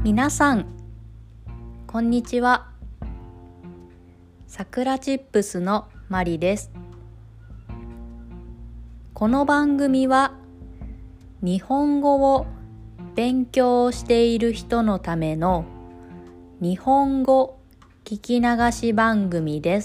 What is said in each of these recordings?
皆さんこんにちは。さくらチップスのマリです。この番組は日本語を勉強している人のための日本語聞き流し番組です。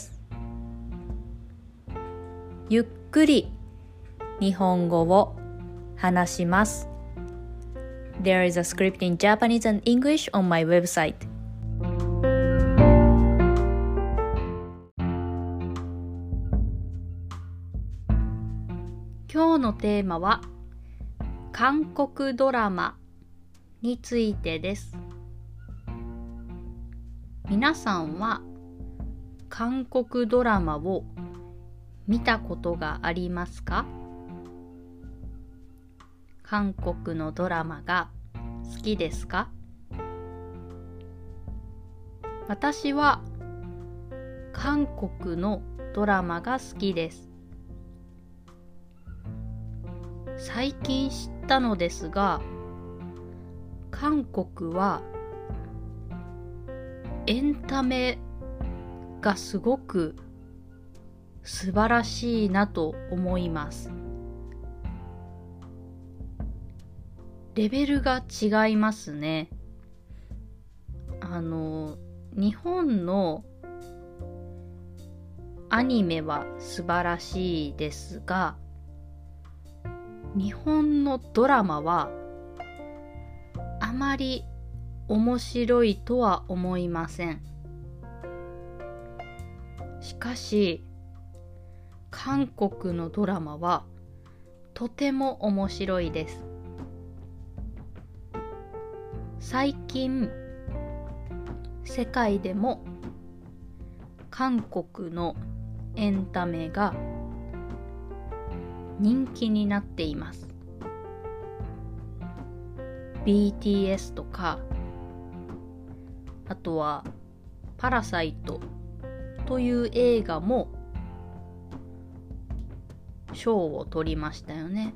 ゆっくり日本語を話します。There is a script in Japanese and English on my website. 今日のテーマは韓国ドラマについてです。皆さんは韓国ドラマを見たことがありますか？韓国のドラマが好きですか？私は韓国のドラマが好きです。最近知ったのですが、韓国はエンタメがすごく素晴らしいなと思います。レベルが違いますね。日本のアニメは素晴らしいですが、日本のドラマはあまり面白いとは思いません。しかし、韓国のドラマはとても面白いです。最近、世界でも韓国のエンタメが人気になっています。BTS とか、あとはパラサイトという映画も賞を取りましたよね。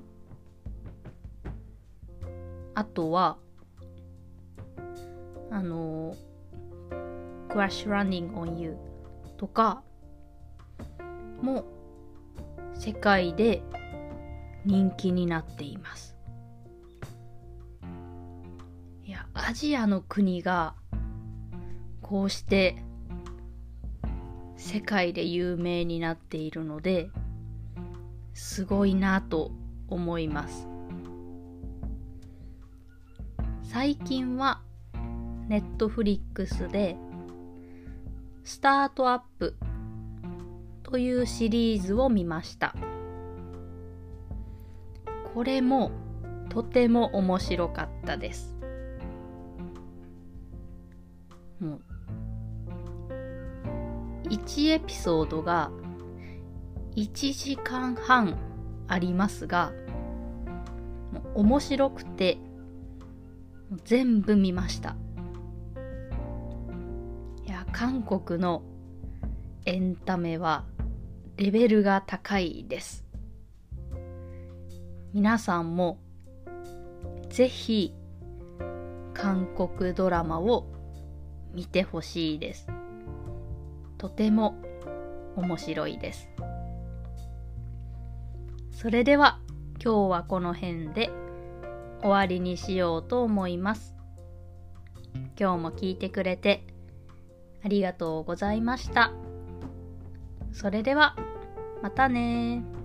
あとはCrash Landing on You とかも世界で人気になっています。いや、アジアの国がこうして世界で有名になっているので、すごいなと思います。最近はネットフリックスでスタートアップというシリーズを見ました。これもとても面白かったです。もう1エピソードが1時間半ありますが、もう面白くて全部見ました。いや、韓国のエンタメはレベルが高いです。皆さんもぜひ韓国ドラマを見てほしいです。とても面白いです。それでは今日はこの辺で終わりにしようと思います。今日も聞いてくれてありがとうございました。それではまたね。